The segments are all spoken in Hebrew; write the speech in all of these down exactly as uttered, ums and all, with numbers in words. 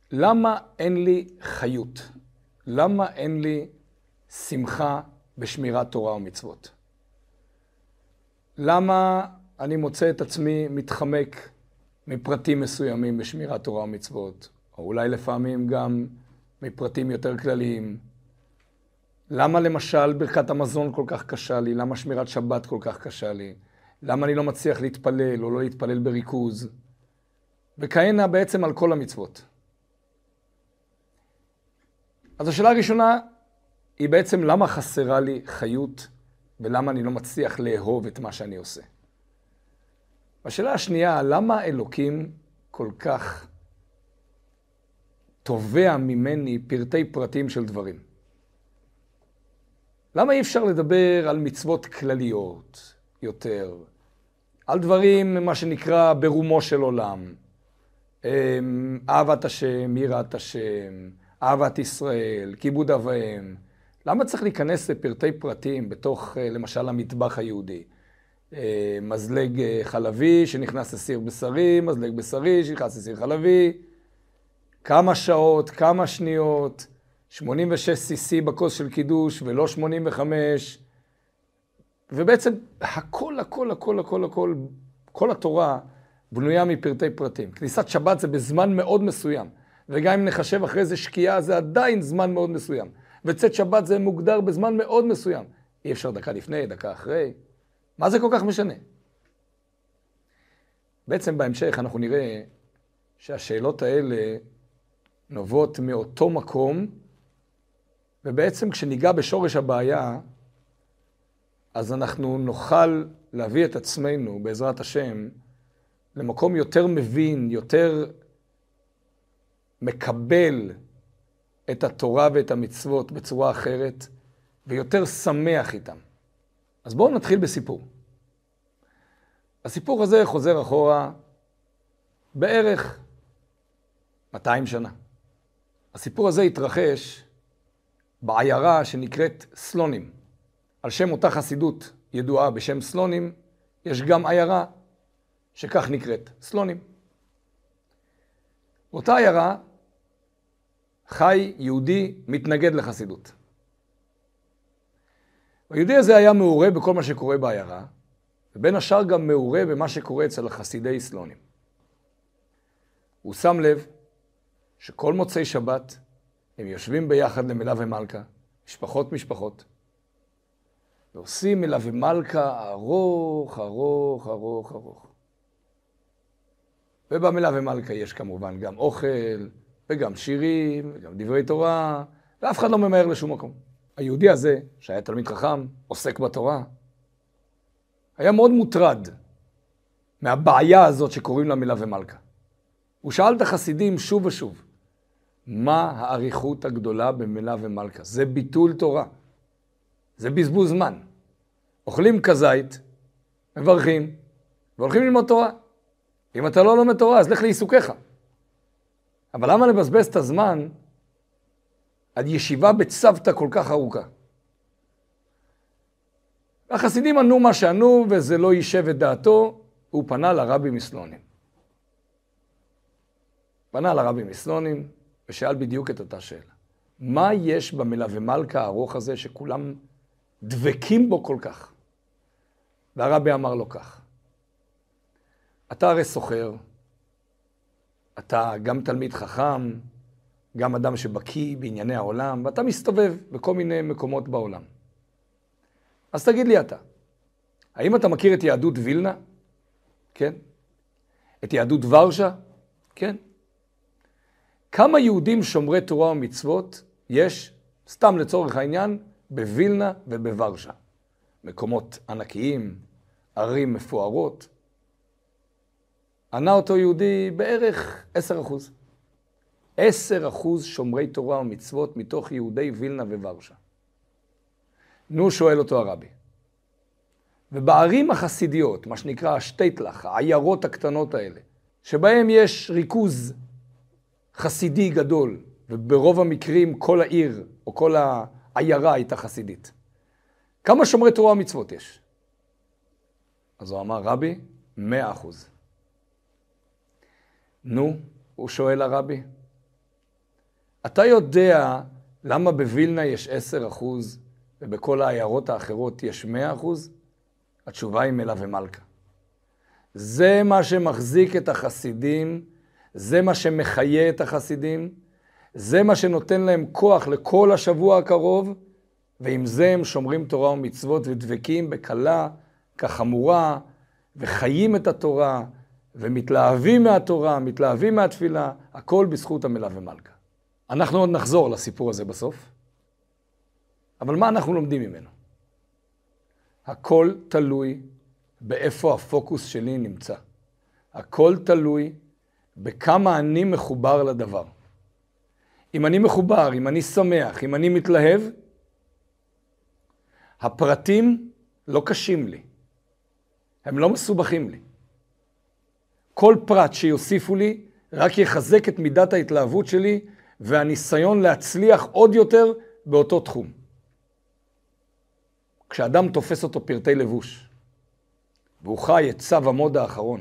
למה אין לי חיות? למה אין לי שמחה בשמירת תורה ומצוות? למה אני מוצא את עצמי מתחמק מפרטים מסוימים בשמירת תורה ומצוות? או אולי לפעמים גם מפרטים יותר כלליים. למה למשל ברכת המזון כל כך קשה לי? למה שמירת שבת כל כך קשה לי? למה אני לא מצליח להתפלל או לא להתפלל בריכוז? וכהנה בעצם על כל המצוות. אז השאלה הראשונה היא בעצם למה חסרה לי חיות ולמה אני לא מצליח לאהוב את מה שאני עושה. השאלה השנייה, למה אלוקים כל כך תובע ממני פרטי פרטים של דברים? למה אי אפשר לדבר על מצוות כלליות יותר? על דברים, מה שנקרא, ברומו של עולם. אהבת השם, יראת השם, אהבת ישראל, כיבוד אב ואם. למה צריך להיכנס לפרטי פרטים בתוך, למשל, המטבח היהודי? מזלג חלבי שנכנס לסיר בשרי, מזלג בשרי שנכנס לסיר חלבי. כמה שעות, כמה שניות, שמונים ושש סי סי בכוס של קידוש ולא שמונים וחמש. ובעצם הכל, הכל, הכל, הכל, הכל, כל התורה בנויה מפרטי פרטים. כניסת שבת זה בזמן מאוד מסוים. וגם אם נחשב אחרי זה שקיעה, זה עדיין זמן מאוד מסוים. וצאת שבת זה מוגדר בזמן מאוד מסוים. אי אפשר דקה לפני, דקה אחרי. מה זה כל כך משנה? בעצם בהמשך אנחנו נראה שהשאלות האלה נובעות מאותו מקום, ובעצם כשניגע בשורש הבעיה, אז אנחנו נוכל להביא את עצמנו, בעזרת השם, למקום יותר מבין, יותר מקבל את התורה ואת המצוות בצורה אחרת, ויותר שמח איתם. אז בואו נתחיל בסיפור. הסיפור הזה חוזר אחורה בערך מאתיים שנה. הסיפור הזה התרחש בעיירה שנקראת סלונים. על שם אותה חסידות ידועה בשם סלונים, יש גם עיירה שכך נקראת, סלונים. באותה עיירה חי יהודי מתנגד לחסידות. היהודי הזה היה מעורה בכל מה שקורה בעיירה, ובין השאר גם מעורה במה שקורה אצל החסידי סלונים. הוא שם לב שכל מוצאי שבת הם יושבים ביחד למלה ומלכה, משפחות משפחות, ועושים מלה ומלכה ארוך, ארוך, ארוך, ארוך. ובמלה ומלכה יש כמובן גם אוכל, וגם שירים, וגם דברי תורה, ואף אחד לא ממהר לשום מקום. היהודי הזה, שהיה תלמיד חכם, עוסק בתורה, היה מאוד מוטרד מהבעיה הזאת שקוראים לה מילה ומלכה. הוא שאל את החסידים שוב ושוב, מה האריכות הגדולה במילה ומלכה? זה ביטול תורה. זה בזבוז זמן. אוכלים כזית, מברכים, והולכים ללמוד תורה. אם אתה לא לומד תורה, אז לך לעיסוקיך. אבל למה לבזבז את הזמן על ישיבה בצוותא כל כך ארוכה? החסידים ענו מה שענו, וזה לא יישב את דעתו, הוא פנה לרבי מסלונים. פנה לרבי מסלונים, ושאל בדיוק את אותה שאלה. מה יש במילה ומלכה הארוך הזה שכולם דבקים בו כל כך? והרבי אמר לו כך, אתה הרי סוחר, אתה גם תלמיד חכם, גם אדם שבקיא בענייני העולם, ואתה מסתובב בכל מיני מקומות בעולם. אז תגיד לי אתה, האם אתה מכיר את יהדות וילנה? כן. את יהדות ורשה? כן. כמה יהודים שומרי תורה ומצוות יש, סתם לצורך העניין, בווילנה ובוורשה? מקומות ענקיים, ערים מפוארות. ענה אותו יהודי בערך עשר אחוז. עשר אחוז שומרי תורה ומצוות מתוך יהודי וילנה וורשה. נו, שואל אותו הרבי. ובערים החסידיות, מה שנקרא השטייטלך, העיירות הקטנות האלה, שבהם יש ריכוז חסידי גדול, וברוב המקרים כל העיר או כל העיירה הייתה חסידית. כמה שומרי תורה ומצוות יש? אז הוא אמר, רבי, מאה אחוז. נו, הוא שואל הרבי, אתה יודע למה בווילנה יש עשרה אחוז ובכל העיירות האחרות יש מאה אחוז? התשובה היא מלווה מלכה. זה מה שמחזיק את החסידים, זה מה שמחיה את החסידים, זה מה שנותן להם כוח לכל השבוע הקרוב, ועם זה הם שומרים תורה ומצוות ודבקים בקלה כחמורה, וחיים את התורה, ומתלהבים מהתורה, מתלהבים מהתפילה, הכל בזכות המלווה מלכה. אנחנו עוד נחזור לסיפור הזה בסוף, אבל מה אנחנו לומדים ממנו? הכל תלוי באיפה הפוקוס שלי נמצא. הכל תלוי בכמה אני מחובר לדבר. אם אני מחובר, אם אני שמח, אם אני מתלהב, הפרטים לא קשים לי. הם לא מסובכים לי. כל פרט שיוסיפו לי רק יחזק את מידת ההתלהבות שלי והניסיון להצליח עוד יותר באותו תחום. כשאדם תופס אותו פרטי לבוש, והוא חי את צו המוד האחרון,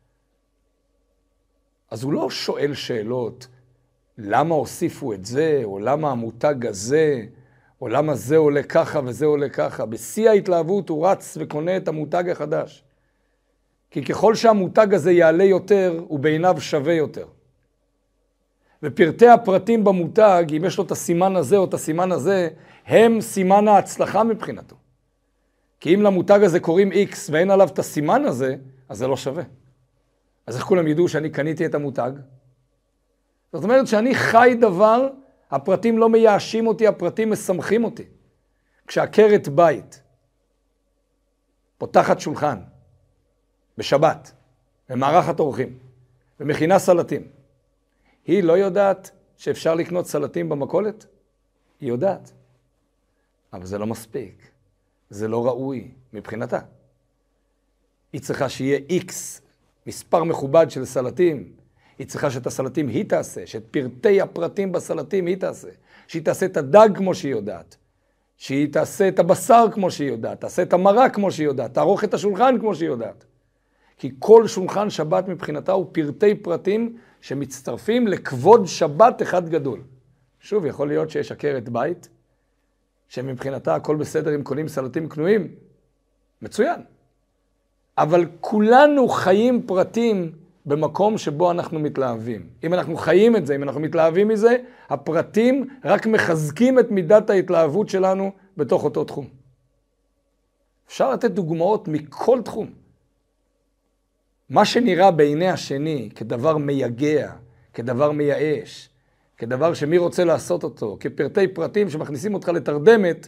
אז הוא לא שואל שאלות, למה הוסיפו את זה, או למה המותג הזה, או למה זה עולה ככה וזה עולה ככה. בשיא ההתלהבות הוא רץ וקונה את המותג החדש. כי ככל שהמותג הזה יעלה יותר, הוא בעיניו שווה יותר. ופרטי הפרטים במותג, אם יש לו את הסימן הזה או את הסימן הזה, הם סימן ההצלחה מבחינתו. כי אם למותג הזה קוראים X ואין עליו את הסימן הזה, אז זה לא שווה. אז איך כולם ידעו שאני קניתי את המותג? זאת אומרת שאני חי דבר, הפרטים לא מייאשים אותי, הפרטים משמחים אותי. כשעקרת בית פותחת שולחן בשבת, במערכת אורחים, ומכינה סלטים, היא לא יודעת שאפשר לקנות סלטים במכולת? היא יודעת. אבל זה לא מספיק. זה לא ראוי מבחינתה. היא צריכה שיהיה X, מספר מכובד של סלטים. היא צריכה שאת הסלטים היא תעשה, שאת פרטי הפרטים בסלטים היא תעשה. שהיא תעשה את הדג כמו שהיא יודעת. שהיא תעשה את הבשר כמו שהיא יודעת. תעשה את המרק כמו שהיא יודעת. תערוך את השולחן כמו שהיא יודעת. כי כל שולחן שבת מבחינתה הוא פרטי פרטים שמצטרפים לכבוד שבת אחד גדול. שוב, יכול להיות שיש עקרת בית, שמבחינתה הכל בסדר אם קונים סלטים קנויים. מצוין. אבל כולנו חיים פרטים במקום שבו אנחנו מתלהבים. אם אנחנו חיים את זה, אם אנחנו מתלהבים מזה, הפרטים רק מחזקים את מידת ההתלהבות שלנו בתוך אותו תחום. אפשר לתת דוגמאות מכל תחום. מה שנראה בעיני השני כדבר מייגע, כדבר מייאש, כדבר שמי רוצה לעשות אותו, כפרטי פרטים שמכניסים אותך לתרדמת,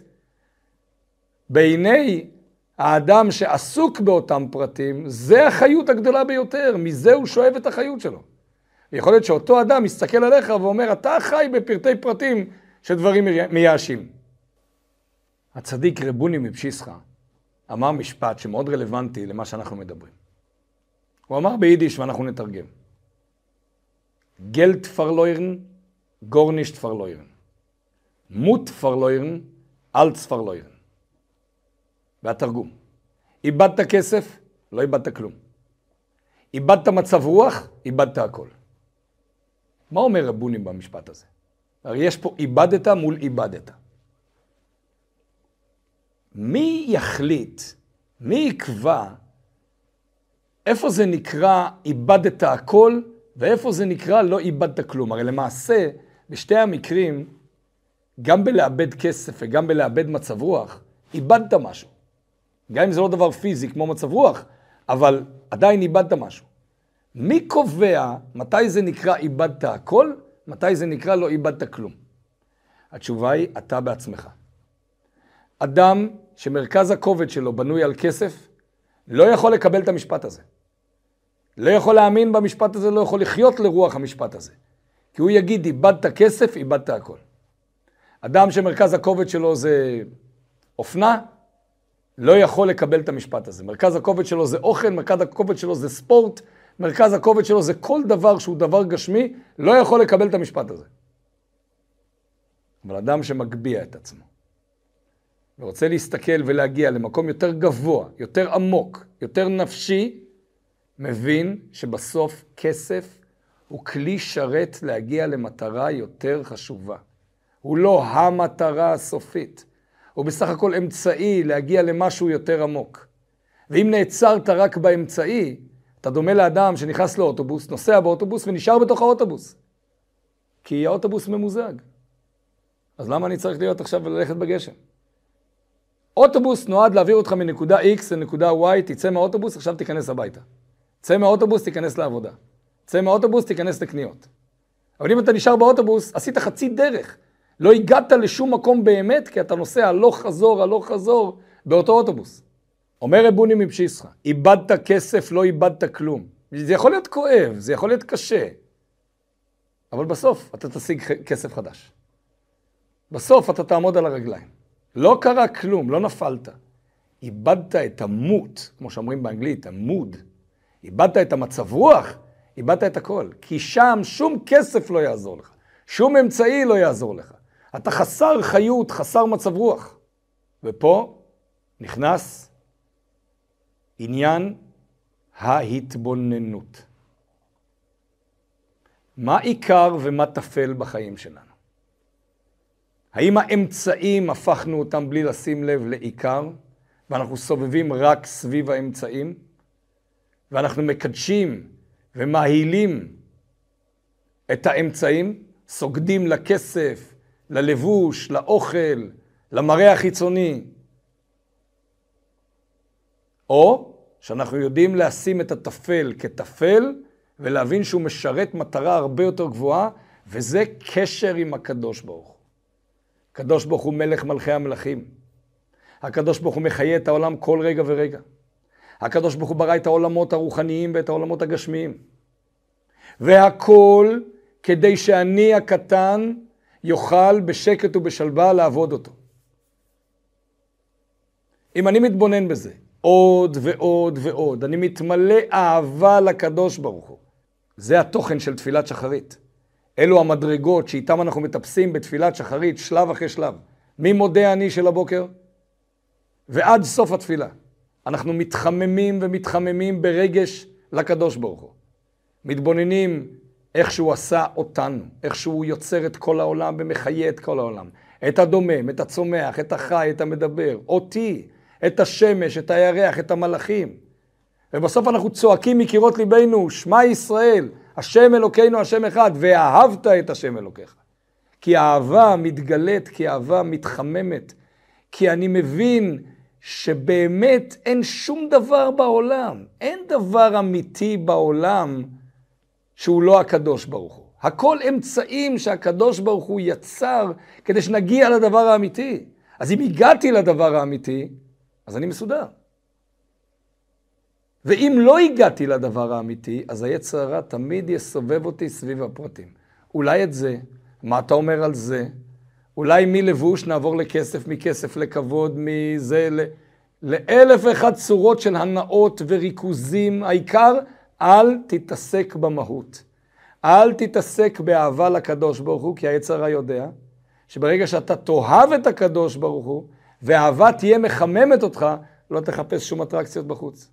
בעיני האדם שעסוק באותם פרטים, זה החיות הגדולה ביותר, מזה הוא שואב את החיות שלו. יכול להיות שאותו אדם מסתכל עליך ואומר, אתה חי בפרטי פרטים של דברים מייאשים. הצדיק רבוני מפשיסחה אמר משפט שמאוד רלוונטי למה שאנחנו מדברים. הוא אמר ביידיש ואנחנו נתרגם. גלט פרלוירן, גורנישט פרלוירן. מות פרלוירן, אלץ פרלוירן. והתרגום. איבדת כסף, לא איבדת כלום. איבדת מצב רוח, איבדת הכל. מה אומר רבוני במשפט הזה? הרי יש פה איבדת מול איבדת. מי יחליט, מי יקבע, איפה זה נקרא איבדת הכל, ואיפה זה נקרא לא איבדת כלום? הרי למעשה, בשתי המקרים, גם בלאבד כסף וגם בלאבד מצב רוח, איבדת משהו. גם אם זה לא דבר פיזי כמו מצב רוח, אבל עדיין איבדת משהו. מי קובע מתי זה נקרא איבדת הכל, מתי זה נקרא לא איבדת כלום? התשובה היא, אתה בעצמך. אדם שמרכז הכובד שלו בנוי על כסף, לא יכול לקבל את המשפט הזה. לא יכול להאמין במשפט הזה, לא יכול לחיות לרוח המשפט הזה. כי הוא יגיד, איבדת כסף, איבדת הכל. אדם שמרכז הכובד שלו זה אופנה, לא יכול לקבל את המשפט הזה. מרכז הכובד שלו זה אוכל, מרכז הכובד שלו זה ספורט, מרכז הכובד שלו זה כל דבר שהוא דבר גשמי, לא יכול לקבל את המשפט הזה. אבל אדם שמגביה את עצמו, ורוצה להסתכל ולהגיע למקום יותר גבוה, יותר עמוק, יותר נפשי, מבין שבסוף כסף הוא כלי שרת להגיע למטרה יותר חשובה. הוא לא המטרה הסופית. הוא בסך הכל אמצעי להגיע למשהו יותר עמוק. ואם נעצרת רק באמצעי, אתה דומה לאדם שנכנס לאוטובוס, נוסע באוטובוס ונשאר בתוך האוטובוס. כי האוטובוס ממוזג. אז למה אני צריך להיות עכשיו וללכת בגשם? אוטובוס נועד להעביר אותך מנקודה X לנקודה Y, תצא מהאוטובוס, עכשיו תיכנס הביתה. צא מהאוטובוס, תיכנס לעבודה. צא מהאוטובוס, תיכנס לקניות. אבל אם אתה נשאר באוטובוס, עשית חצי דרך. לא הגעת לשום מקום באמת, כי אתה נוסע הלוך חזור, הלוך חזור, באותו אוטובוס. אומר רבוני מבשיסחה, איבדת כסף, לא איבדת כלום. זה יכול להיות כואב, זה יכול להיות קשה. אבל בסוף אתה תשיג כסף חדש. בסוף אתה תעמוד על הרגליים. לא קרה כלום, לא נפלת. איבדת את המות, כמו שאומרים באנגלית, המוד. איבדת את המצב רוח, איבדת את הכל. כי שם שום כסף לא יעזור לך. שום אמצעי לא יעזור לך. אתה חסר חיות, חסר מצב רוח. ופה נכנס עניין ההתבוננות. מה עיקר ומה תפל בחיים שלנו? האם האמצעים הפכנו אותם בלי לשים לב לעיקר, ואנחנו סובבים רק סביב האמצעים, ואנחנו מקדשים ומהילים את האמצעים, סוגדים לכסף, ללבוש, לאוכל, למראה החיצוני, או שאנחנו יודעים לשים את התפל כתפל, ולהבין שהוא משרת מטרה הרבה יותר גבוהה, וזה קשר עם הקדוש ברוך הוא. הקדוש ברוך הוא מלך מלכי המלכים. הקדוש ברוך הוא מחיה את העולם כל רגע ורגע. הקדוש ברוך הוא ברא את העולמות הרוחניים ואת העולמות הגשמיים. והכל כדי שאני הקטן יוכל בשקט ובשלווה לעבוד אותו. אם אני מתבונן בזה, עוד ועוד ועוד, אני מתמלא אהבה לקדוש ברוך הוא. זה התוכן של תפילת שחרית. אלו המדרגות שאיתם אנחנו מטפסים בתפילת שחרית, שלב אחרי שלב. ממודה אני של הבוקר ועד סוף התפילה. אנחנו מתחממים ומתחממים ברגש לקדוש ברוך הוא. מתבוננים איך שהוא עשה אותנו, איך שהוא יוצר את כל העולם ומחיה את כל העולם. את הדומם, את הצומח, את החי, את המדבר, אותי, את השמש, את הירח, את המלאכים. ובסוף אנחנו צועקים מקירות ליבנו, שמע ישראל, השם אלוקינו, השם אחד, ואהבת את השם אלוקיך. כי האהבה מתגלית, כי האהבה מתחממת, כי אני מבין שבאמת אין שום דבר בעולם, אין דבר אמיתי בעולם שהוא לא הקדוש ברוך הוא. הכל אמצעים שהקדוש ברוך הוא יצר כדי שנגיע לדבר האמיתי. אז אם הגעתי לדבר האמיתי, אז אני מסודר. ואם לא הגעתי לדבר האמיתי, אז היצר הרע תמיד יסובב אותי סביב הפרטים. אולי את זה, מה אתה אומר על זה? אולי מלבוש נעבור לכסף, מכסף לכבוד, מזה ל... לאלף ואחת צורות של הנאות וריכוזים. העיקר, אל תתעסק במהות. אל תתעסק באהבה לקדוש ברוך הוא, כי היצר הרע יודע שברגע שאתה תאהב את הקדוש ברוך הוא, והאהבה תהיה מחממת אותך, לא תחפש שום אטרקציות בחוץ.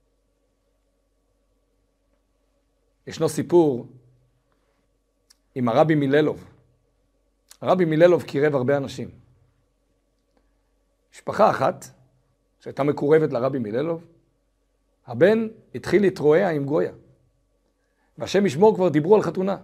ישנו סיפור עם הרבי מיללוב. הרבי מיללוב קירב הרבה אנשים. משפחה אחת, שהייתה מקורבת לרבי מיללוב, הבן התחיל להתרועע עם גויה. והשם ישמור כבר דיברו על חתונה.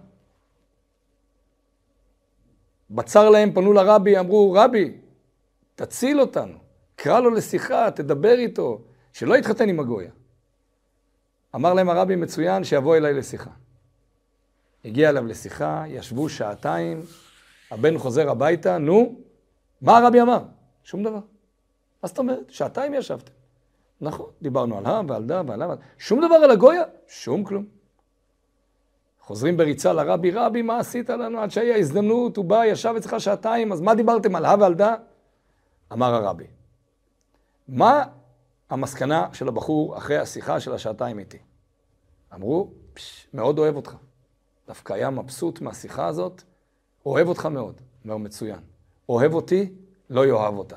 בצר להם פנו לרבי, אמרו, רבי, תציל אותנו, קרא לו לשיחה, תדבר איתו, שלא יתחתן עם הגויה. אמר להם הרבי מצוין שיבוא אליי לשיחה. הגיע אליו לשיחה, ישבו שעתיים, הבן חוזר הביתה, נו, מה הרבי אמר? שום דבר. מה זאת אומרת? שעתיים ישבתם. נכון, דיברנו על הם ועל דה ועל דה, שום דבר על הגויה? שום כלום. חוזרים בריצה לרבי, רבי, מה עשית לנו? עד שהיא ההזדמנות, הוא בא, ישב אצלך שעתיים, אז מה דיברתם על הם ועל דה? אמר הרבי, מה המסקנה של הבחור אחרי השיחה של השעתיים איתי? אמרו, פש, מאוד אוהב אותך. דווקא היה מבסוט מהשיחה הזאת, אוהב אותך מאוד. אומר מצוין. אוהב אותי, לא יאהב אותה.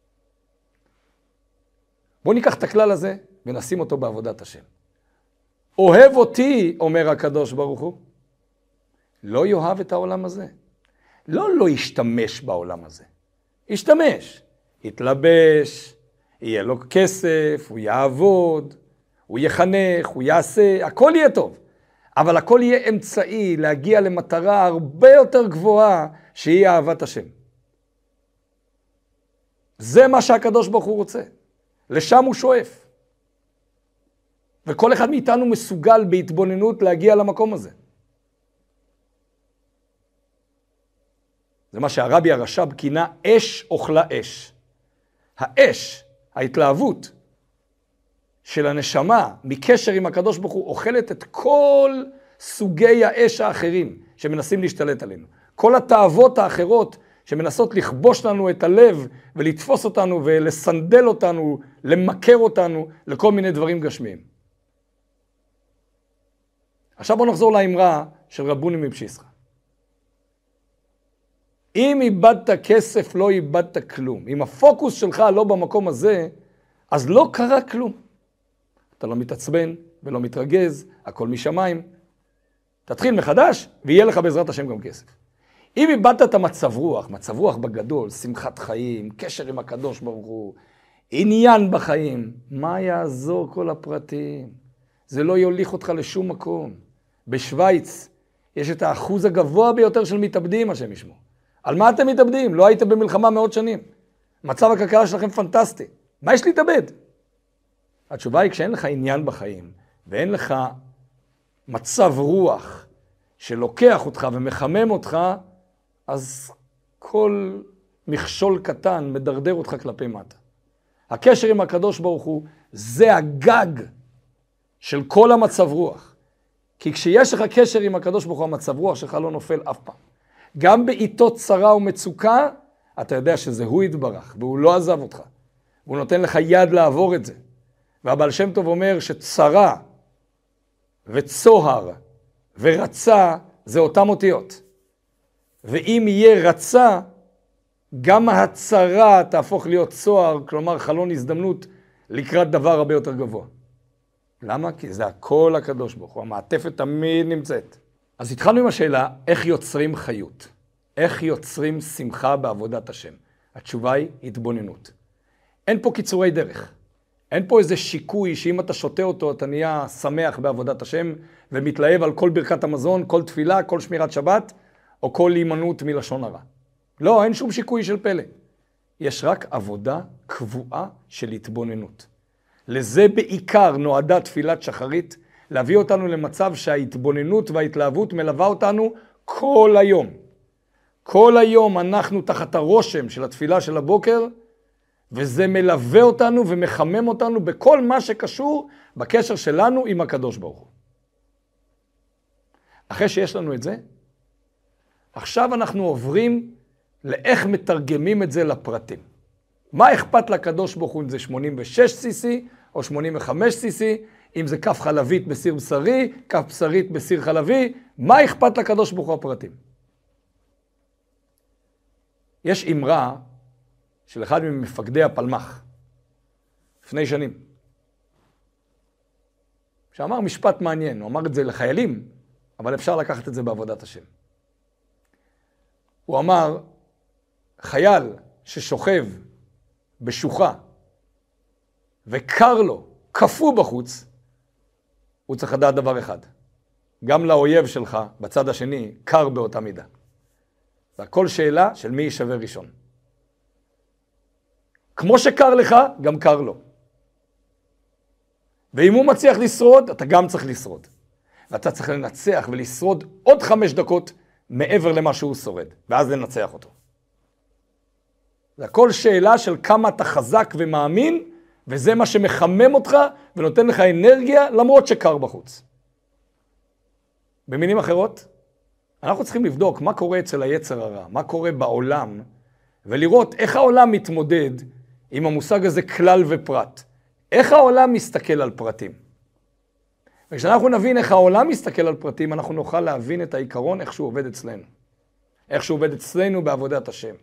בואו ניקח את הכלל הזה ונשים אותו בעבודת השם. אוהב אותי, אומר הקדוש ברוך הוא, לא יאהב את העולם הזה. לא לא ישתמש בעולם הזה. ישתמש, יתלבש, יהיה לו כסף, הוא יעבוד, הוא יחנך, הוא יעשה, הכל יהיה טוב. אבל הכל יהיה אמצעי להגיע למטרה הרבה יותר גבוהה שהיא אהבת השם. זה מה שהקדוש ברוך הוא רוצה. לשם הוא שואף. וכל אחד מאיתנו מסוגל בהתבוננות להגיע למקום הזה. זה מה שהרבי הרש"ב כינה אש אוכלה אש. האש, ההתלהבות של הנשמה מקשר עם הקדוש ברוך הוא, אוכלת את כל סוגי האש האחרים שמנסים להשתלט עלינו. כל התאוות האחרות שמנסות לכבוש לנו את הלב ולתפוס אותנו ולסנדל אותנו, למכר אותנו לכל מיני דברים גשמיים. עכשיו בוא נחזור לאמרה של רבוני מפשיסחה. אם איבדת כסף, לא איבדת כלום. אם הפוקוס שלך לא במקום הזה, אז לא קרה כלום. אתה לא מתעצבן ולא מתרגז, הכל משמיים. תתחיל מחדש, ויהיה לך בעזרת השם גם כסף. אם איבדת את המצב רוח, מצב רוח בגדול, שמחת חיים, קשר עם הקדוש ברוך הוא, עניין בחיים, מה יעזור כל הפרטים? זה לא יוליך אותך לשום מקום. בשוויץ יש את האחוז הגבוה ביותר של מתאבדים, השם ישמור. על מה אתם מתאבדים? לא הייתם במלחמה מאות שנים. מצב הכלכלה שלכם פנטסטי. מה יש להתאבד? התשובה היא כשאין לך עניין בחיים, ואין לך מצב רוח שלוקח אותך ומחמם אותך, אז כל מכשול קטן מדרדר אותך כלפי מטה. הקשר עם הקדוש ברוך הוא זה הגג של כל המצב רוח. כי כשיש לך קשר עם הקדוש ברוך הוא, המצב רוח שלך לא נופל אף פעם. גם בעיתות צרה ומצוקה, אתה יודע שזה הוא יתברך, והוא לא עזב אותך. והוא נותן לך יד לעבור את זה. והבעל שם טוב אומר שצרה וצוהר ורצה זה אותם אותיות. ואם יהיה רצה, גם הצרה תהפוך להיות צוהר, כלומר חלון הזדמנות לקראת דבר הרבה יותר גבוה. למה? כי זה הכל הקדוש ברוך הוא, המעטפת תמיד נמצאת. אז התחלנו עם השאלה, איך יוצרים חיות? איך יוצרים שמחה בעבודת השם? התשובה היא התבוננות. אין פה קיצורי דרך. אין פה איזה שיקוי שאם אתה שותה אותו, אתה נהיה שמח בעבודת השם, ומתלהב על כל ברכת המזון, כל תפילה, כל שמירת שבת, או כל הימנעות מלשון הרע. לא, אין שום שיקוי של פלא. יש רק עבודה קבועה של התבוננות. לזה בעיקר נועדה תפילת שחרית, להביא אותנו למצב שההתבוננות וההתלהבות מלווה אותנו כל היום. כל היום אנחנו תחת הרושם של התפילה של הבוקר, וזה מלווה אותנו ומחמם אותנו בכל מה שקשור בקשר שלנו עם הקדוש ברוך הוא. אחרי שיש לנו את זה, עכשיו אנחנו עוברים לאיך מתרגמים את זה לפרטים. מה אכפת לקדוש ברוך הוא אם זה שמונים ושש סי סי או שמונים וחמש סי סי, אם זה כף חלבית בסיר בשרי, כף בשרית בסיר חלבי, מה אכפת לקדוש ברוך הוא הפרטים? יש אמרה של אחד ממפקדי הפלמ"ח, לפני שנים, שאמר משפט מעניין, הוא אמר את זה לחיילים, אבל אפשר לקחת את זה בעבודת השם. הוא אמר, חייל ששוכב בשוחה וקר לו, קפוא בחוץ, הוא צריך לדעת דבר אחד. גם לאויב שלך, בצד השני, קר באותה מידה. והכל שאלה של מי יישבר ראשון. כמו שקר לך, גם קר לו. ואם הוא מצליח לשרוד, אתה גם צריך לשרוד. ואתה צריך לנצח ולשרוד עוד חמש דקות מעבר למה שהוא שורד, ואז לנצח אותו. זה הכל שאלה של כמה אתה חזק ומאמין, וזה מה שמחמם אותך ונותן לך אנרגיה למרות שקר בחוץ. במילים אחרות, אנחנו צריכים לבדוק מה קורה אצל היצר הרע, מה קורה בעולם, ולראות איך העולם מתמודד עם המושג הזה כלל ופרט. איך העולם מסתכל על פרטים. וכשאנחנו נבין איך העולם מסתכל על פרטים, אנחנו נוכל להבין את העיקרון איך שהוא עובד אצלנו. איך שהוא עובד אצלנו בעבודת השם.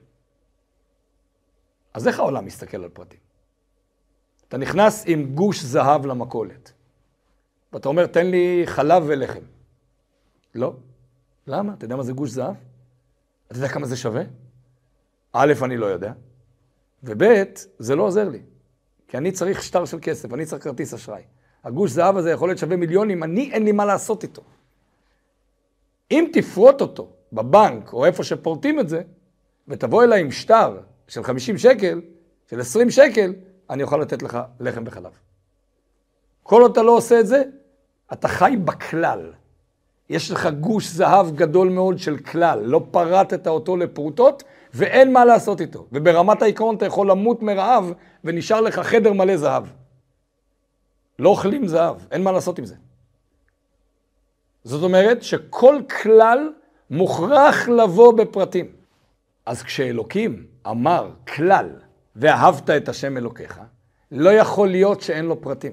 אז איך העולם מסתכל על פרטים? אתה נכנס עם גוש זהב למכולת. ואתה אומר, תן לי חלב ולחם. לא. למה? אתה יודע מה זה גוש זהב? אתה יודע כמה זה שווה? א', אני לא יודע. וב', זה לא עוזר לי. כי אני צריך שטר של כסף, אני צריך כרטיס אשראי. הגוש זהב הזה יכול להיות שווה מיליונים, אני אין לי מה לעשות איתו. אם תפרוט אותו בבנק או איפה שפורטים את זה, ותבוא אליי עם שטר של חמישים שקל, של עשרים שקל, אני אוכל לתת לך לחם וחלב. כל עוד אתה לא עושה את זה, אתה חי בכלל. יש לך גוש זהב גדול מאוד של כלל, לא פרטת אותו לפרוטות, ואין מה לעשות איתו. וברמת העיקרון אתה יכול למות מרעב, ונשאר לך חדר מלא זהב. לא אוכלים זהב, אין מה לעשות עם זה. זאת אומרת שכל כלל מוכרח לבוא בפרטים. אז כשאלוקים אמר כלל, ואהבת את השם אלוקיך, לא יכול להיות שאין לו פרטים.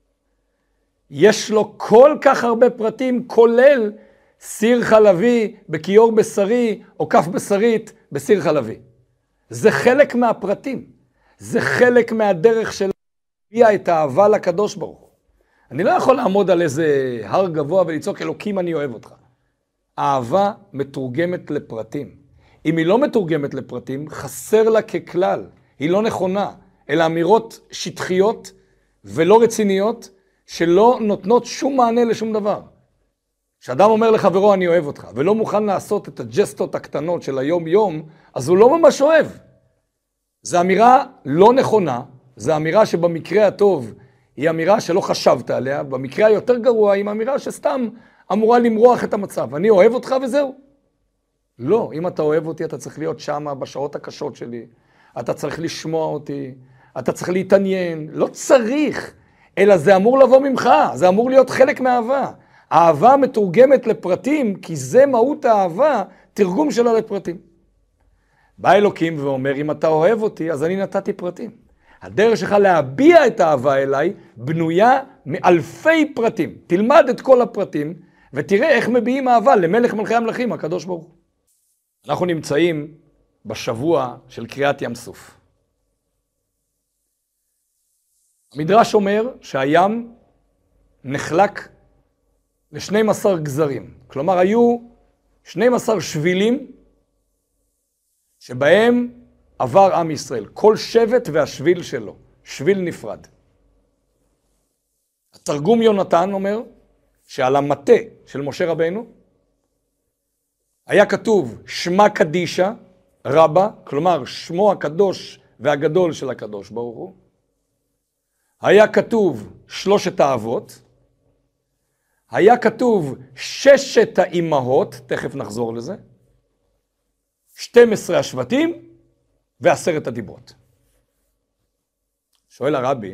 יש לו כל כך הרבה פרטים, כולל סיר חלבי בכיור בשרי, או כף בשרית בסיר חלבי. זה חלק מהפרטים. זה חלק מהדרך של להביע את האהבה לקדוש ברוך הוא. אני לא יכול לעמוד על איזה הר גבוה ולצעוק, אלוקים אני אוהב אותך. האהבה מתורגמת לפרטים. אם היא לא מתורגמת לפרטים, חסר לה ככלל. היא לא נכונה, אלא אמירות שטחיות ולא רציניות, שלא נותנות שום מענה לשום דבר. כשאדם אומר לחברו אני אוהב אותך, ולא מוכן לעשות את הג'סטות הקטנות של היום יום, אז הוא לא ממש אוהב. זו אמירה לא נכונה, זו אמירה שבמקרה הטוב היא אמירה שלא חשבת עליה, במקרה היותר גרוע היא אמירה שסתם אמורה למרוח את המצב. אני אוהב אותך וזהו. לא, אם אתה אוהב אותי אתה צריך להיות שם בשעות הקשות שלי, אתה צריך לשמוע אותי, אתה צריך להתעניין, לא צריך. אלא זה אמור לבוא ממך, זה אמור להיות חלק מהאהבה. האהבה מתורגמת לפרטים, כי זה מהות האהבה, תרגום שלה לפרטים. בא אלוקים ואומר, אם אתה אוהב אותי, אז אני נתתי פרטים. הדרך שלך להביע את האהבה אליי, בנויה מאלפי פרטים. תלמד את כל הפרטים, ותראה איך מביעים אהבה למלך מלכי המלכים, הקדוש ברוך הוא. אנחנו נמצאים בשבוע של קריאת ים סוף. המדרש אומר שהים נחלק ל-שנים עשר גזרים. כלומר, היו שנים עשר שבילים שבהם עבר עם ישראל. כל שבט והשביל שלו. שביל נפרד. התרגום יונתן אומר שעל המטה של משה רבנו היה כתוב שמה קדישה רבה, כלומר שמו הקדוש והגדול של הקדוש ברוך הוא. היה כתוב שלושת האבות, היה כתוב ששת האימהות, תכף נחזור לזה, שתים עשרה השבטים ועשרת הדיברות. שואל הרבי,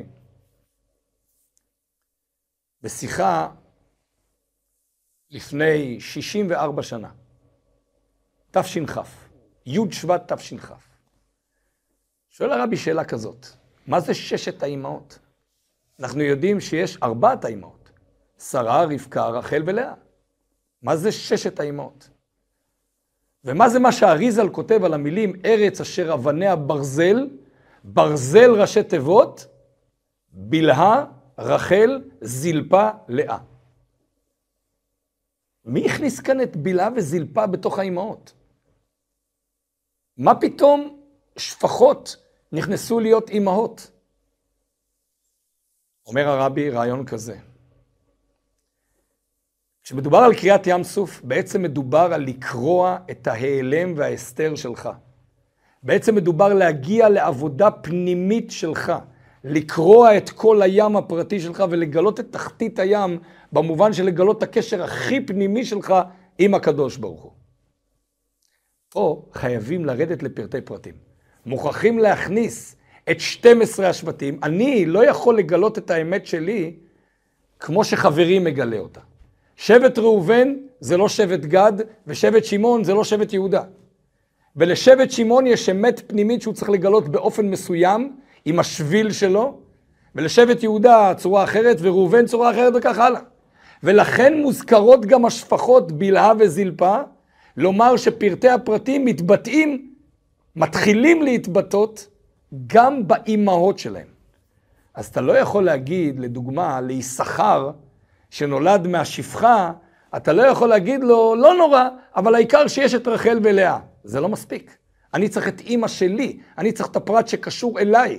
בשיחה לפני שישים וארבע שנה, תש"כ, י' שבט תש"כ, שואל הרבי שאלה כזאת, מה זה ששת האימהות? אנחנו יודעים שיש ארבעת האימהות, שרה, רבקה, רחל ולאה. מה זה ששת האימהות? ומה זה מה שהאריזל כותב על המילים ארץ אשר אבניה ברזל, ברזל ראשי תיבות, בלהה, רחל, זלפה, לאה. מי הכניס כאן את בלהה וזלפה בתוך האימהות? מה פתאום שפחות נכנסו להיות אימהות? אומר הרבי רעיון כזה. כשמדובר על קריאת ים סוף, בעצם מדובר על לקרוע את ההיעלם וההסתר שלך. בעצם מדובר להגיע לעבודה פנימית שלך, לקרוע את כל הים הפרטי שלך ולגלות את תחתית הים, במובן של לגלות את הקשר הכי פנימי שלך עם הקדוש ברוך הוא. פה חייבים לרדת לפרטי פרטים. מוכרחים להכניס את שתים עשרה השבטים. אני לא יכול לגלות את האמת שלי כמו שחברי מגלה אותה. שבט ראובן זה לא שבט גד, ושבט שמעון זה לא שבט יהודה. ולשבט שמעון יש אמת פנימית שהוא צריך לגלות באופן מסוים, עם השביל שלו, ולשבט יהודה צורה אחרת, וראובן צורה אחרת וכך הלאה. ולכן מוזכרות גם השפחות בלהה וזלפה, לומר שפרטי הפרטים מתבטאים, מתחילים להתבטאות, גם באימהות שלהם. אז אתה לא יכול להגיד, לדוגמה, ליששכר, שנולד מהשפחה, אתה לא יכול להגיד לו, לא נורא, אבל העיקר שיש את רחל ולאה. זה לא מספיק. אני צריך את אמא שלי, אני צריך את הפרט שקשור אליי.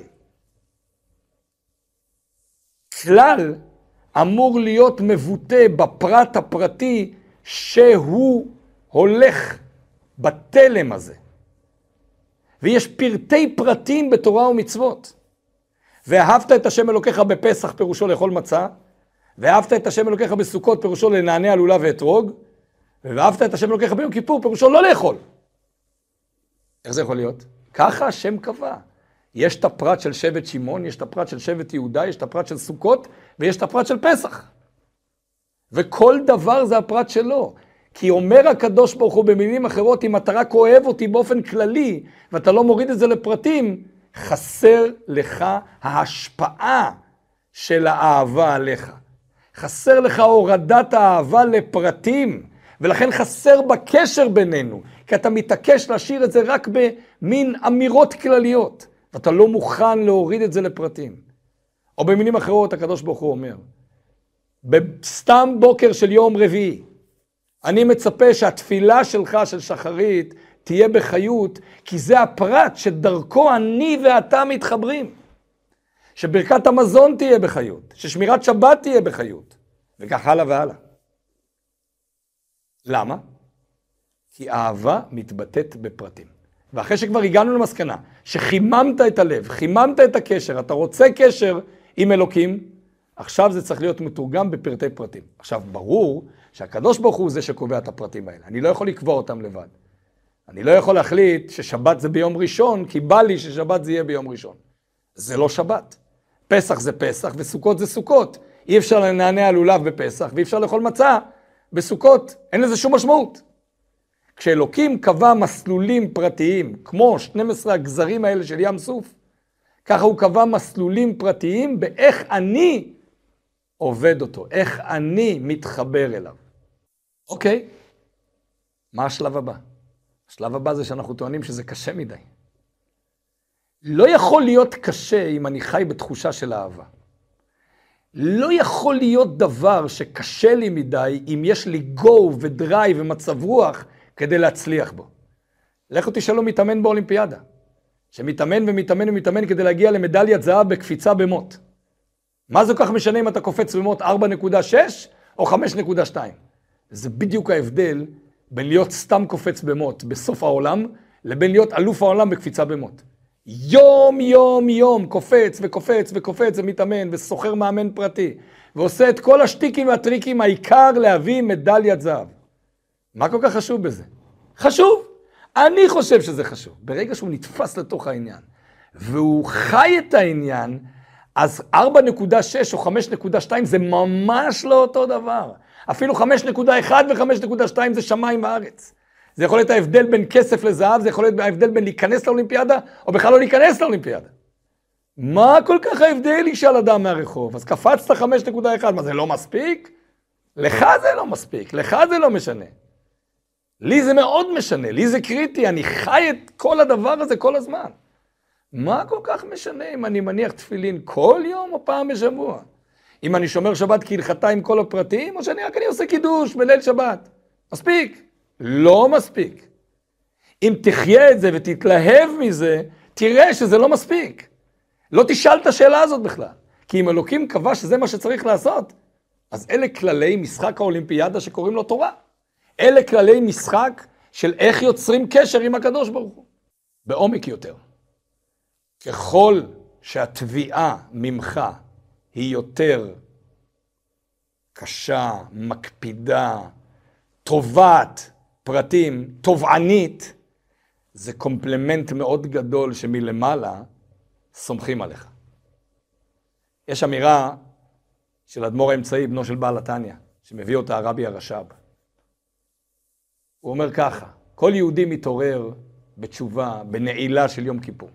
כלל אמור להיות מבוטא בפרט הפרטי שהוא הולך בתלם הזה. ויש פרטי פרטים בתורה ומצוות. ואהבת את השם אלוקיך בפסח פירושו לאכול מצה, ואהבת את השם אלוקיך בסוכות פירושו לנענע לולב ואתרוג, ואהבת את השם אלוקיך ביום כיפור פירושו לא לאכול. איך זה יכול להיות? ככה השם קבע. יש את הפרט של שבט שמעון, יש את הפרט של שבט יהודה, יש את הפרט של סוכות, ויש את הפרט של פסח. וכל דבר זה הפרט שלו. כי אומר הקדוש ברוך הוא במילים אחרות, אם אתה רק אוהב אותי באופן כללי, ואתה לא מוריד את זה לפרטים, חסר לך ההשפעה של האהבה עליך. חסר לך הורדת האהבה לפרטים, ולכן חסר בקשר בינינו, כי אתה מתעקש להשאיר את זה רק במין אמירות כלליות, ואתה לא מוכן להוריד את זה לפרטים. או במילים אחרות, הקדוש ברוך הוא אומר, בסתם בוקר של יום רביעי, אני מצפה שהתפילה שלך של שחרית תהיה בחיות, כי זה הפרט שדרכו אני ואתה מתחברים. שברכת המזון תהיה בחיות, ששמירת שבת תהיה בחיות, וכך הלאה והלאה. למה? כי אהבה מתבטאת בפרטים. ואחרי שכבר הגענו למסקנה, שחיממת את הלב, חיממת את הקשר, אתה רוצה קשר עם אלוקים, עכשיו זה צריך להיות מתורגם בפרטי פרטים. עכשיו, ברור שהקדוש ברוך הוא זה שקובע את הפרטים האלה. אני לא יכול לקבוע אותם לבד. אני לא יכול להחליט ששבת זה ביום ראשון, כי בא לי ששבת זה יהיה ביום ראשון. זה לא שבת. פסח זה פסח וסוכות זה סוכות. אי אפשר לנענע לולב בפסח, ואי אפשר לאכול מצה בסוכות. אין לזה שום משמעות. כשאלוקים קבע מסלולים פרטיים, כמו שנים עשר הגזרים האלה של ים סוף, ככה הוא קבע מסלולים פרטיים באיך אני עובד אותו, איך אני מתחבר אליו. אוקיי, מה השלב הבא? השלב הבא זה שאנחנו טוענים שזה קשה מדי. לא יכול להיות קשה אם אני חי בתחושה של אהבה. לא יכול להיות דבר שקשה לי מדי אם יש לי גו ודריי ומצב רוח כדי להצליח בו. לכו תשאלו מתאמן באולימפיאדה, שמתאמן ומתאמן ומתאמן כדי להגיע למדליית זהב בקפיצה במוט. מה זה כל כך משנה אם אתה קופץ במוט ארבע נקודה שש או חמש נקודה שתיים? זה בדיוק ההבדל בין להיות סתם קופץ במוט בסוף העולם, לבין להיות אלוף העולם בקפיצה במוט. יום יום יום קופץ וקופץ וקופץ ומתאמן וסוחר מאמן פרטי, ועושה את כל השטיקים והטריקים, העיקר להביא מדליית זהב. מה כל כך חשוב בזה? חשוב. אני חושב שזה חשוב. ברגע שהוא נתפס לתוך העניין, והוא חי את העניין, אז ארבע נקודה שש או חמש נקודה שתיים זה ממש לא אותו דבר. אפילו חמש נקודה אחת ו-חמש נקודה שתיים זה שמיים וארץ. זה יכול להיות ההבדל בין כסף לזהב, זה יכול להיות ההבדל בין להיכנס לאולימפיאדה, או בכלל לא להיכנס לאולימפיאדה. מה כל כך ההבדל ישאל אדם מהרחוב? אז קפצת חמש נקודה אחת, מה זה לא מספיק? לך זה לא מספיק, לך זה לא משנה. לי זה מאוד משנה, לי זה קריטי, אני חי את כל הדבר הזה כל הזמן. מה כל כך משנה אם אני מניח תפילין כל יום או פעם בשבוע? אם אני שומר שבת כהלכתה עם כל הפרטים, או שאני רק אני עושה קידוש בליל שבת? מספיק. לא מספיק. אם תחיה את זה ותתלהב מזה, תראה שזה לא מספיק. לא תשאל את השאלה הזאת בכלל. כי אם אלוקים קבע שזה מה שצריך לעשות, אז אלה כללי משחק האולימפיאדה שקוראים לו תורה. אלה כללי משחק של איך יוצרים קשר עם הקדוש ברוך הוא. בעומק יותר. ככל שהתביעה ממך היא יותר קשה, מקפידה, טובת פרטים, תובענית, זה קומפלמנט מאוד גדול שמלמעלה סומכים עליך. יש אמירה של אדמו"ר האמצעי, בנו של בעל התניא, שמביא אותה הרבי הרש"ב. הוא אומר ככה, כל יהודי מתעורר בתשובה, בנעילה של יום כיפור.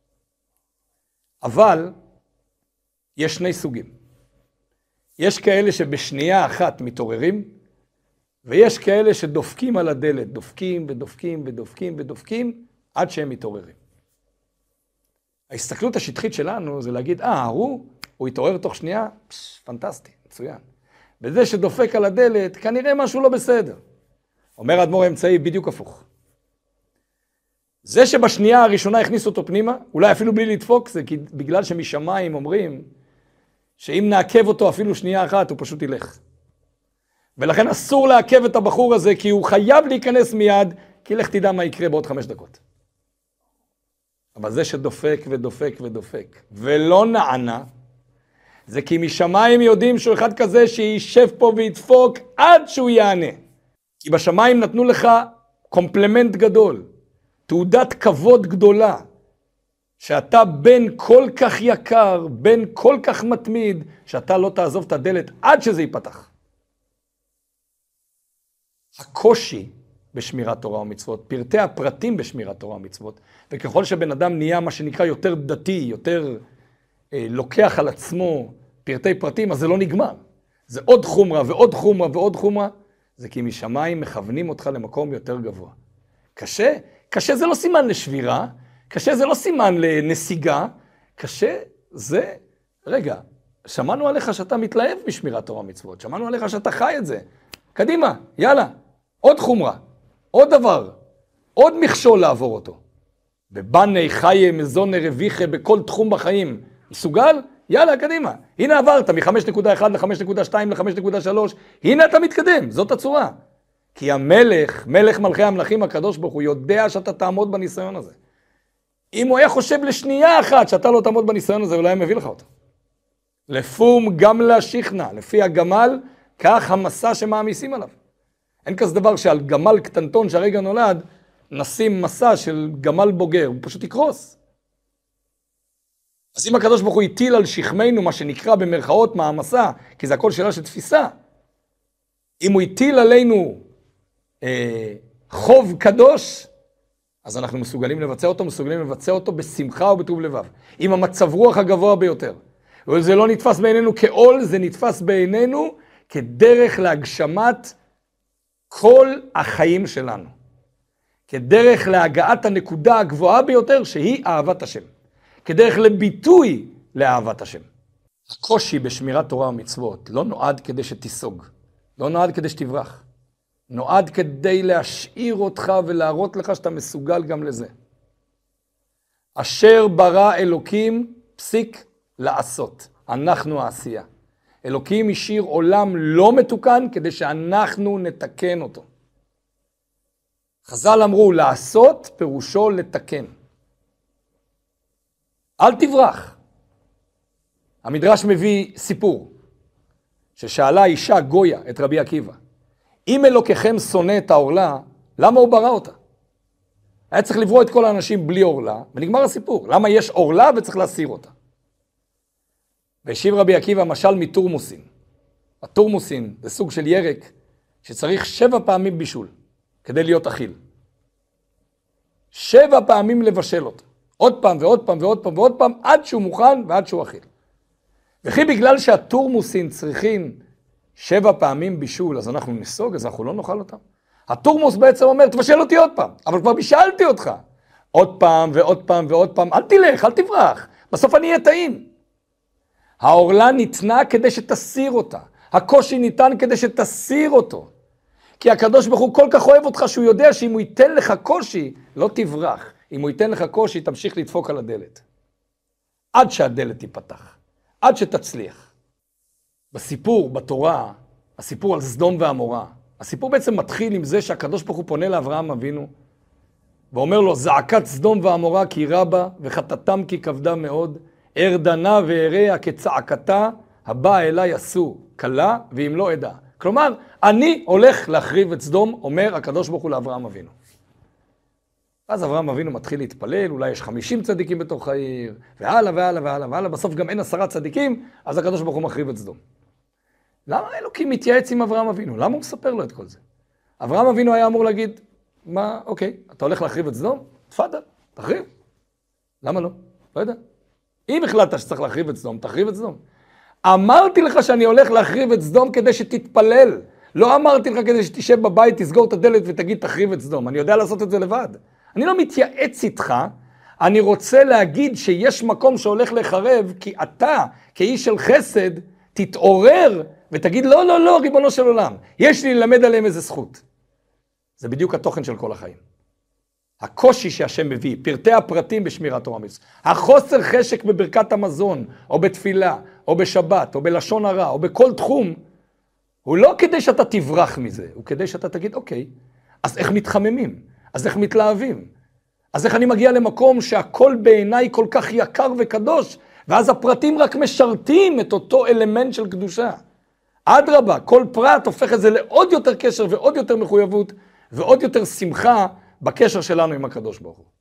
אבל יש שני סוגים. יש כאלה שבשנייה אחת מתעוררים, ויש כאלה שדופקים על הדלת, דופקים ודופקים ודופקים ודופקים, עד שהם מתעוררים. ההסתכלות השטחית שלנו זה להגיד, אה, הוא, הוא התעורר תוך שנייה, פש, פנטסטי, מצוין. וזה שדופק על הדלת, כנראה משהו לא בסדר. אומר האדמו"ר האמצעי בדיוק הפוך. זה שבשנייה הראשונה הכניס אותו פנימה, אולי אפילו בלי לדפוק, זה בגלל שמשמיים אומרים, שאם נעכב אותו אפילו שנייה אחת, הוא פשוט ילך. ולכן אסור לעכב את הבחור הזה, כי הוא חייב להיכנס מיד, כי לך תדע מה יקרה בעוד חמש דקות. אבל זה שדופק ודופק ודופק, ולא נענה, זה כי משמיים יודעים שהוא אחד כזה שישב פה וידפוק עד שהוא יענה. כי בשמיים נתנו לך קומפלמנט גדול, תעודת כבוד גדולה, שאתה בן כל כך יקר, בן כל כך מתמיד, שאתה לא תעזוב את הדלת עד שזה ייפתח. הקושי בשמירת תורה ומצוות, פרטי הפרטים בשמירת תורה ומצוות, וככל שבן אדם נהיה מה שנקרא יותר דתי, יותר אה, לוקח על עצמו פרטי פרטים, אז זה לא נגמר. זה עוד חומרה ועוד חומרה ועוד חומרה, זה כי משמיים מכוונים אותך למקום יותר גבוה. קשה? קשה זה לא סימן לשבירה, קשה זה לא סימן לנסיגה, קשה זה, רגע, שמענו עליך שאתה מתלהב בשמירת תורה ומצוות, שמענו עליך שאתה חי את זה. קדימה, יאללה, עוד חומרה, עוד דבר, עוד מכשול לעבור אותו. בבני חיי מזון רוויחה בכל תחום בחיים. מסוגל? יאללה, קדימה. הנה עברת מ-חמש נקודה אחת ל-חמש נקודה שתיים ל-חמש נקודה שלוש. הנה אתה מתקדם, זאת הצורה. כי המלך, מלך מלכי המלכים הקדוש ברוך הוא, יודע שאתה תעמוד בניסיון הזה. אם הוא היה חושב לשנייה אחת שאתה לא תעמוד בניסיון הזה, אולי היה מביא לך אותו. לפום גמלה שכנה, לפי הגמל, כך המסע שמעמיסים עליו. אין כזה דבר שעל גמל קטנטון שהרגע נולד, נשים מסע של גמל בוגר, הוא פשוט יקרוס. אז אם הקדוש ברוך הוא הטיל על שכמנו, מה שנקרא במרכאות מעמסה, כי זה הכל שאלה של תפיסה, אם הוא הטיל עלינו אה, חוב קדוש, אז אנחנו מסוגלים לבצע אותו, מסוגלים לבצע אותו בשמחה ובטוב לבב, עם המצב רוח הגבוה ביותר. אבל זה לא נתפס בעינינו כעול, זה נתפס בעינינו כדרך להגשמת כל החיים שלנו. כדרך להגעת הנקודה הגבוהה ביותר שהיא אהבת השם. כדרך לביטוי לאהבת השם. הקושי בשמירת תורה ומצוות לא נועד כדי שתיסוג. לא נועד כדי שתברח. נועד כדי להשאיר אותך ולהראות לך שאתה מסוגל גם לזה. אשר ברא אלוקים פסיק לעשות. אנחנו העשייה. אלוקים השאיר עולם לא מתוקן כדי שאנחנו נתקן אותו. חז"ל אמרו, לעשות פירושו לתקן. אל תברח. המדרש מביא סיפור, ששאלה אישה גויה את רבי עקיבא, אם אלוקיכם שונא את העורלה, למה הוא ברא אותה? היה צריך לברוא את כל האנשים בלי עורלה, ונגמר הסיפור. למה יש עורלה וצריך להסיר אותה? והשיב רבי עקיבא משל מתורמוסין. התורמוסין זה סוג של ירק שצריך שבע פעמים בישול כדי להיות אכיל. שבע פעמים לבשל אותו. עוד פעם ועוד פעם ועוד פעם ועוד פעם עד שהוא מוכן ועד שהוא אכיל. וכי בגלל שהתורמוסין צריכים שבע פעמים בישול, אז אנחנו נסוג, אז אנחנו לא נאכל אותם. התורמוס בעצם אומר, תבשל אותי עוד פעם, אבל כבר בישלתי אותך. עוד פעם ועוד פעם ועוד פעם, אל תלך, אל תברח, בסוף אני אהיה טעים. העורלה ניתנה כדי שתסיר אותה. הקושי ניתן כדי שתסיר אותו. כי הקדוש ברוך הוא כל כך אוהב אותך שהוא יודע שאם הוא ייתן לך קושי, לא תברח. אם הוא ייתן לך קושי, תמשיך לדפוק על הדלת. עד שהדלת תיפתח. עד שתצליח. בסיפור, בתורה, הסיפור על סדום ועמורה, הסיפור בעצם מתחיל עם זה שהקדוש ברוך הוא פונה לאברהם אבינו, ואומר לו, זעקת סדום ועמורה כי רבה, וחטאתם כי כבדה מאוד, ארדנה ואריה כצעקתה, הבא אליי עשו קלה, ואם לא אדע. כלומר, אני הולך להחריב את סדום, אומר הקדוש ברוך הוא לאברהם אבינו. אז אברהם אבינו מתחיל להתפלל, אולי יש חמישים צדיקים בתוך העיר, והלאה והלאה והלאה והלאה, בסוף גם אין עשרה צדיקים, אז הקדוש ברוך הוא מחריב את סדום. למה אלוקים מתייעץ עם אברהם אבינו? למה הוא מספר לו את כל זה? אברהם אבינו היה אמור להגיד, מה, אוקיי, אתה הולך להחריב את סדום? תפאדל, תחריב. למה לא? לא יודע. אם החלטת שצריך להחריב את סדום, תחריב את סדום. אמרתי לך שאני הולך להחריב את סדום כדי שתתפלל. לא אמרתי לך כדי שתשב בבית, תסגור את הדלת ותגיד תחריב את סדום. אני יודע לעשות את זה לבד. אני לא מתייעץ איתך, אני רוצה להגיד שיש מקום שהולך לחרב, כי אתה, כאיש של חסד, תתעורר ותגיד, לא, לא, לא, ריבונו של עולם, יש לי ללמד עליהם איזה זכות. זה בדיוק התוכן של כל החיים. הקושי שהשם מביא, פרטי הפרטים בשמירת תורה ומצוות, החוסר חשק בברכת המזון, או בתפילה, או בשבת, או בלשון הרע, או בכל תחום, הוא לא כדי שאתה תברח מזה, הוא כדי שאתה תגיד, אוקיי, אז איך מתחממים? אז איך מתלהבים? אז איך אני מגיע למקום שהכל בעיניי כל כך יקר וקדוש, ואז הפרטים רק משרתים את אותו אלמנט של קדושה. אדרבה, כל פרט הופך את זה לעוד יותר קשר ועוד יותר מחויבות, ועוד יותר שמחה בקשר שלנו עם הקדוש ברוך הוא.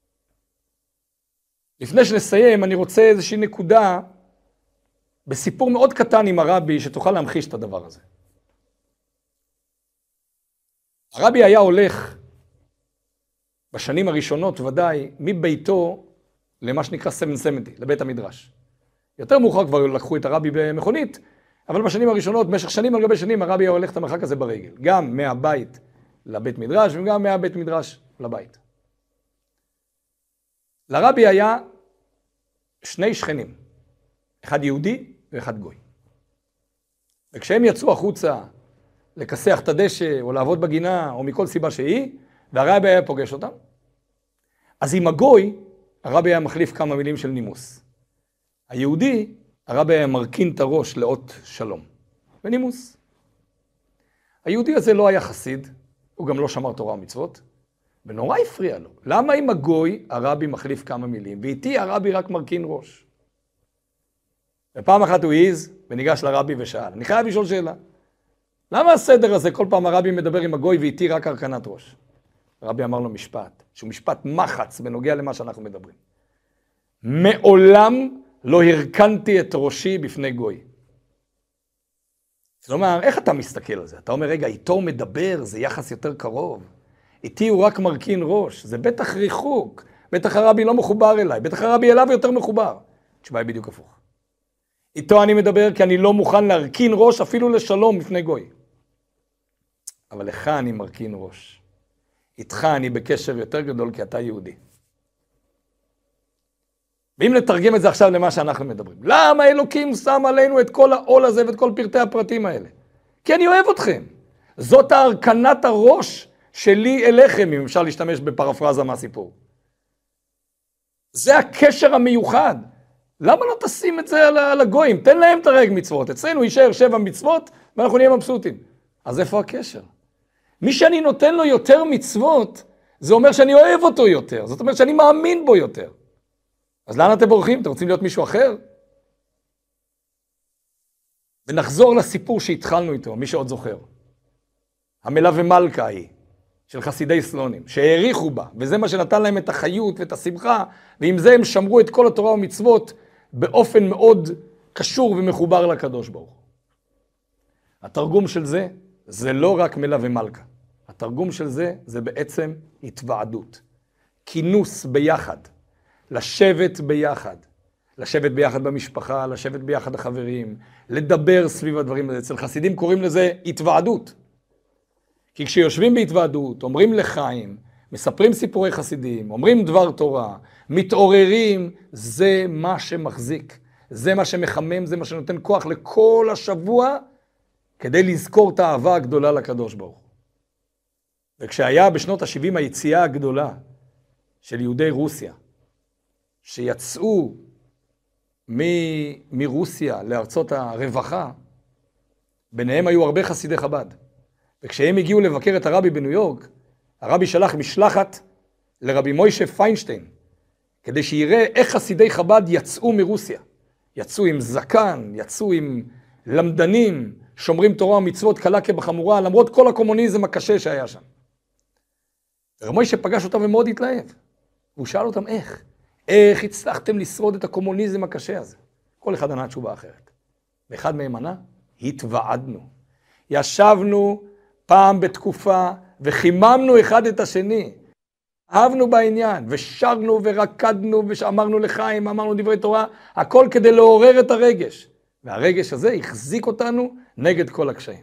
לפני שנסיים, אני רוצה איזושהי נקודה בסיפור מאוד קטן עם הרבי, שתוכל להמחיש את הדבר הזה. הרבי היה הולך בשנים הראשונות ודאי מביתו למה שנקרא שבע שבעים, לבית המדרש. יותר מאוחר כבר לקחו את הרבי במכונית, אבל בשנים הראשונות, במשך שנים על גבי שנים, הרבי היה הולך את המרחק הזה ברגל. גם מהבית לבית מדרש וגם מהבית מדרש לבית. לרבי היה שני שכנים, אחד יהודי ואחד גוי. וכשהם יצאו החוצה לכסח את הדשא או לעבוד בגינה או מכל סיבה שהיא, והרבי היה פוגש אותם, אז עם הגוי הרבי היה מחליף כמה מילים של נימוס. היהודי, הרבי היה מרכין את הראש לאות שלום ונימוס. היהודי הזה לא היה חסיד, הוא גם לא שמר תורה ומצוות, ונורא הפריע לו. למה עם הגוי הרבי מחליף כמה מילים, ואיתי הרבי רק מרכין ראש? ופעם אחת הוא העיז וניגש לרבי ושאל, אני חייב לשאול שאלה, למה הסדר הזה כל פעם הרבי מדבר עם הגוי ואיתי רק הרכנת ראש? הרבי אמר לו משפט, שהוא משפט מחץ בנוגע למה שאנחנו מדברים. מעולם לא הרכנתי את ראשי בפני גוי. כלומר, איך אתה מסתכל על זה? אתה אומר, רגע, איתו הוא מדבר, זה יחס יותר קרוב. איתי הוא רק מרכין ראש, זה בטח ריחוק. בטח הרבי לא מחובר אליי, בטח הרבי אליו יותר מחובר. התשובה היא בדיוק הפוך. איתו אני מדבר כי אני לא מוכן להרכין ראש אפילו לשלום בפני גוי. אבל לך אני מרכין ראש. איתך אני בקשר יותר גדול כי אתה יהודי. ואם לתרגם את זה עכשיו למה שאנחנו מדברים. למה אלוקים שם עלינו את כל העול הזה ואת כל פרטי הפרטים האלה? כי אני אוהב אתכם. זאת ההרכנת הראש שלי אליכם, אם אפשר להשתמש בפרפרזה מהסיפור. זה הקשר המיוחד. למה לא תשים את זה על הגויים? תן להם תרג מצוות. אצלנו יישאר שבע מצוות ואנחנו נהיה מבסוטים. אז איפה הקשר? מי שאני נותן לו יותר מצוות, זה אומר שאני אוהב אותו יותר. זאת אומרת שאני מאמין בו יותר. אז לאן אתם בורחים? אתם רוצים להיות מישהו אחר? ונחזור לסיפור שהתחלנו איתו, מי שעוד זוכר. המלווה מלכה היא, של חסידי סלונים, שהעריכו בה, וזה מה שנתן להם את החיות ואת השמחה, ועם זה הם שמרו את כל התורה ומצוות באופן מאוד קשור ומחובר לקדוש ברוך הוא. התרגום של זה, זה לא רק מלווה מלכה. התרגום של זה, זה בעצם התוועדות. כינוס ביחד. לשבת ביחד, לשבת ביחד במשפחה, לשבת ביחד החברים, לדבר סביב הדברים האלה. אצל חסידים קוראים לזה התוועדות. כי כשיושבים בהתוועדות, אומרים לחיים, מספרים סיפורי חסידים, אומרים דבר תורה, מתעוררים, זה מה שמחזיק, זה מה שמחמם, זה מה שנותן כוח לכל השבוע, כדי לזכור את האהבה הגדולה לקדוש ברוך הוא. וכשהיה בשנות ה-שבעים היציאה הגדולה של יהודי רוסיה, שיצאו מ- מרוסיה לארצות הרווחה, ביניהם היו הרבה חסידי חב"ד. וכשהם הגיעו לבקר את הרבי בניו יורק, הרבי שלח משלחת לרבי מוישה פיינשטיין, כדי שיראה איך חסידי חב"ד יצאו מרוסיה. יצאו עם זקן, יצאו עם למדנים, שומרים תורה ומצוות קלה כבחמורה, למרות כל הקומוניזם הקשה שהיה שם. רבי מוישה פגש אותם ומאוד התלהב. והוא שאל אותם איך. איך הצלחתם לשרוד את הקומוניזם הקשה הזה? כל אחד ענה תשובה אחרת. ואחד מהם ענה, התוועדנו. ישבנו פעם בתקופה וחיממנו אחד את השני. אהבנו בעניין ושרנו ורקדנו ואמרנו לחיים, אמרנו דברי תורה, הכל כדי לעורר את הרגש. והרגש הזה החזיק אותנו נגד כל הקשיים.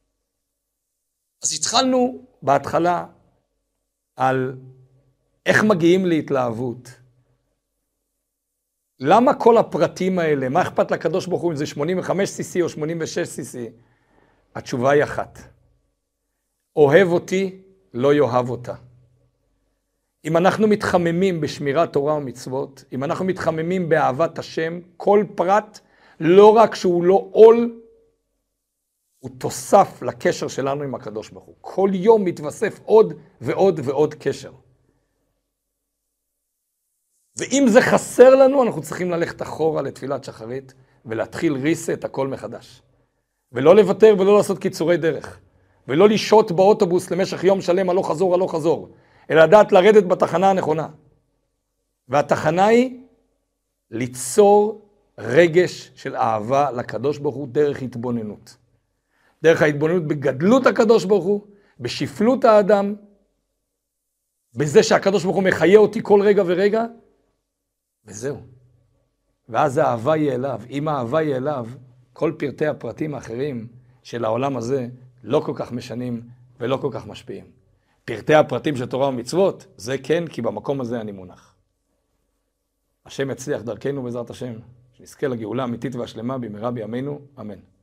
אז התחלנו בהתחלה על איך מגיעים להתלהבות. למה כל הפרטים האלה? מה אכפת לקדוש ברוך הוא אם זה שמונים וחמש סי סי או שמונים ושש סי סי? התשובה היא אחת. אוהב אותי, לא יאהב אותה. אם אנחנו מתחממים בשמירת תורה ומצוות, אם אנחנו מתחממים באהבת השם, כל פרט, לא רק שהוא לא עול, הוא תוסף לקשר שלנו עם הקדוש ברוך הוא. כל יום מתווסף עוד ועוד ועוד קשר. ואם זה חסר לנו, אנחנו צריכים ללכת אחורה לתפילת שחרית, ולהתחיל ריסט הכל מחדש. ולא לוותר ולא לעשות קיצורי דרך. ולא לשהות באוטובוס למשך יום שלם, הלוך חזור, הלוך חזור. אלא לדעת לרדת בתחנה הנכונה. והתחנה היא ליצור רגש של אהבה לקדוש ברוך הוא דרך התבוננות. דרך ההתבוננות בגדלות הקדוש ברוך הוא, בשפלות האדם, בזה שהקדוש ברוך הוא מחיה אותי כל רגע ורגע, וזהו. ואז האהבה היא אליו. אם האהבה היא אליו, כל פרטי הפרטים האחרים של העולם הזה לא כל כך משנים ולא כל כך משפיעים. פרטי הפרטים של תורה ומצוות, זה כן, כי במקום הזה אני מונח. השם יצליח דרכנו בעזרת השם, שנזכה לגאולה האמיתית והשלמה במהרה בימינו, אמן.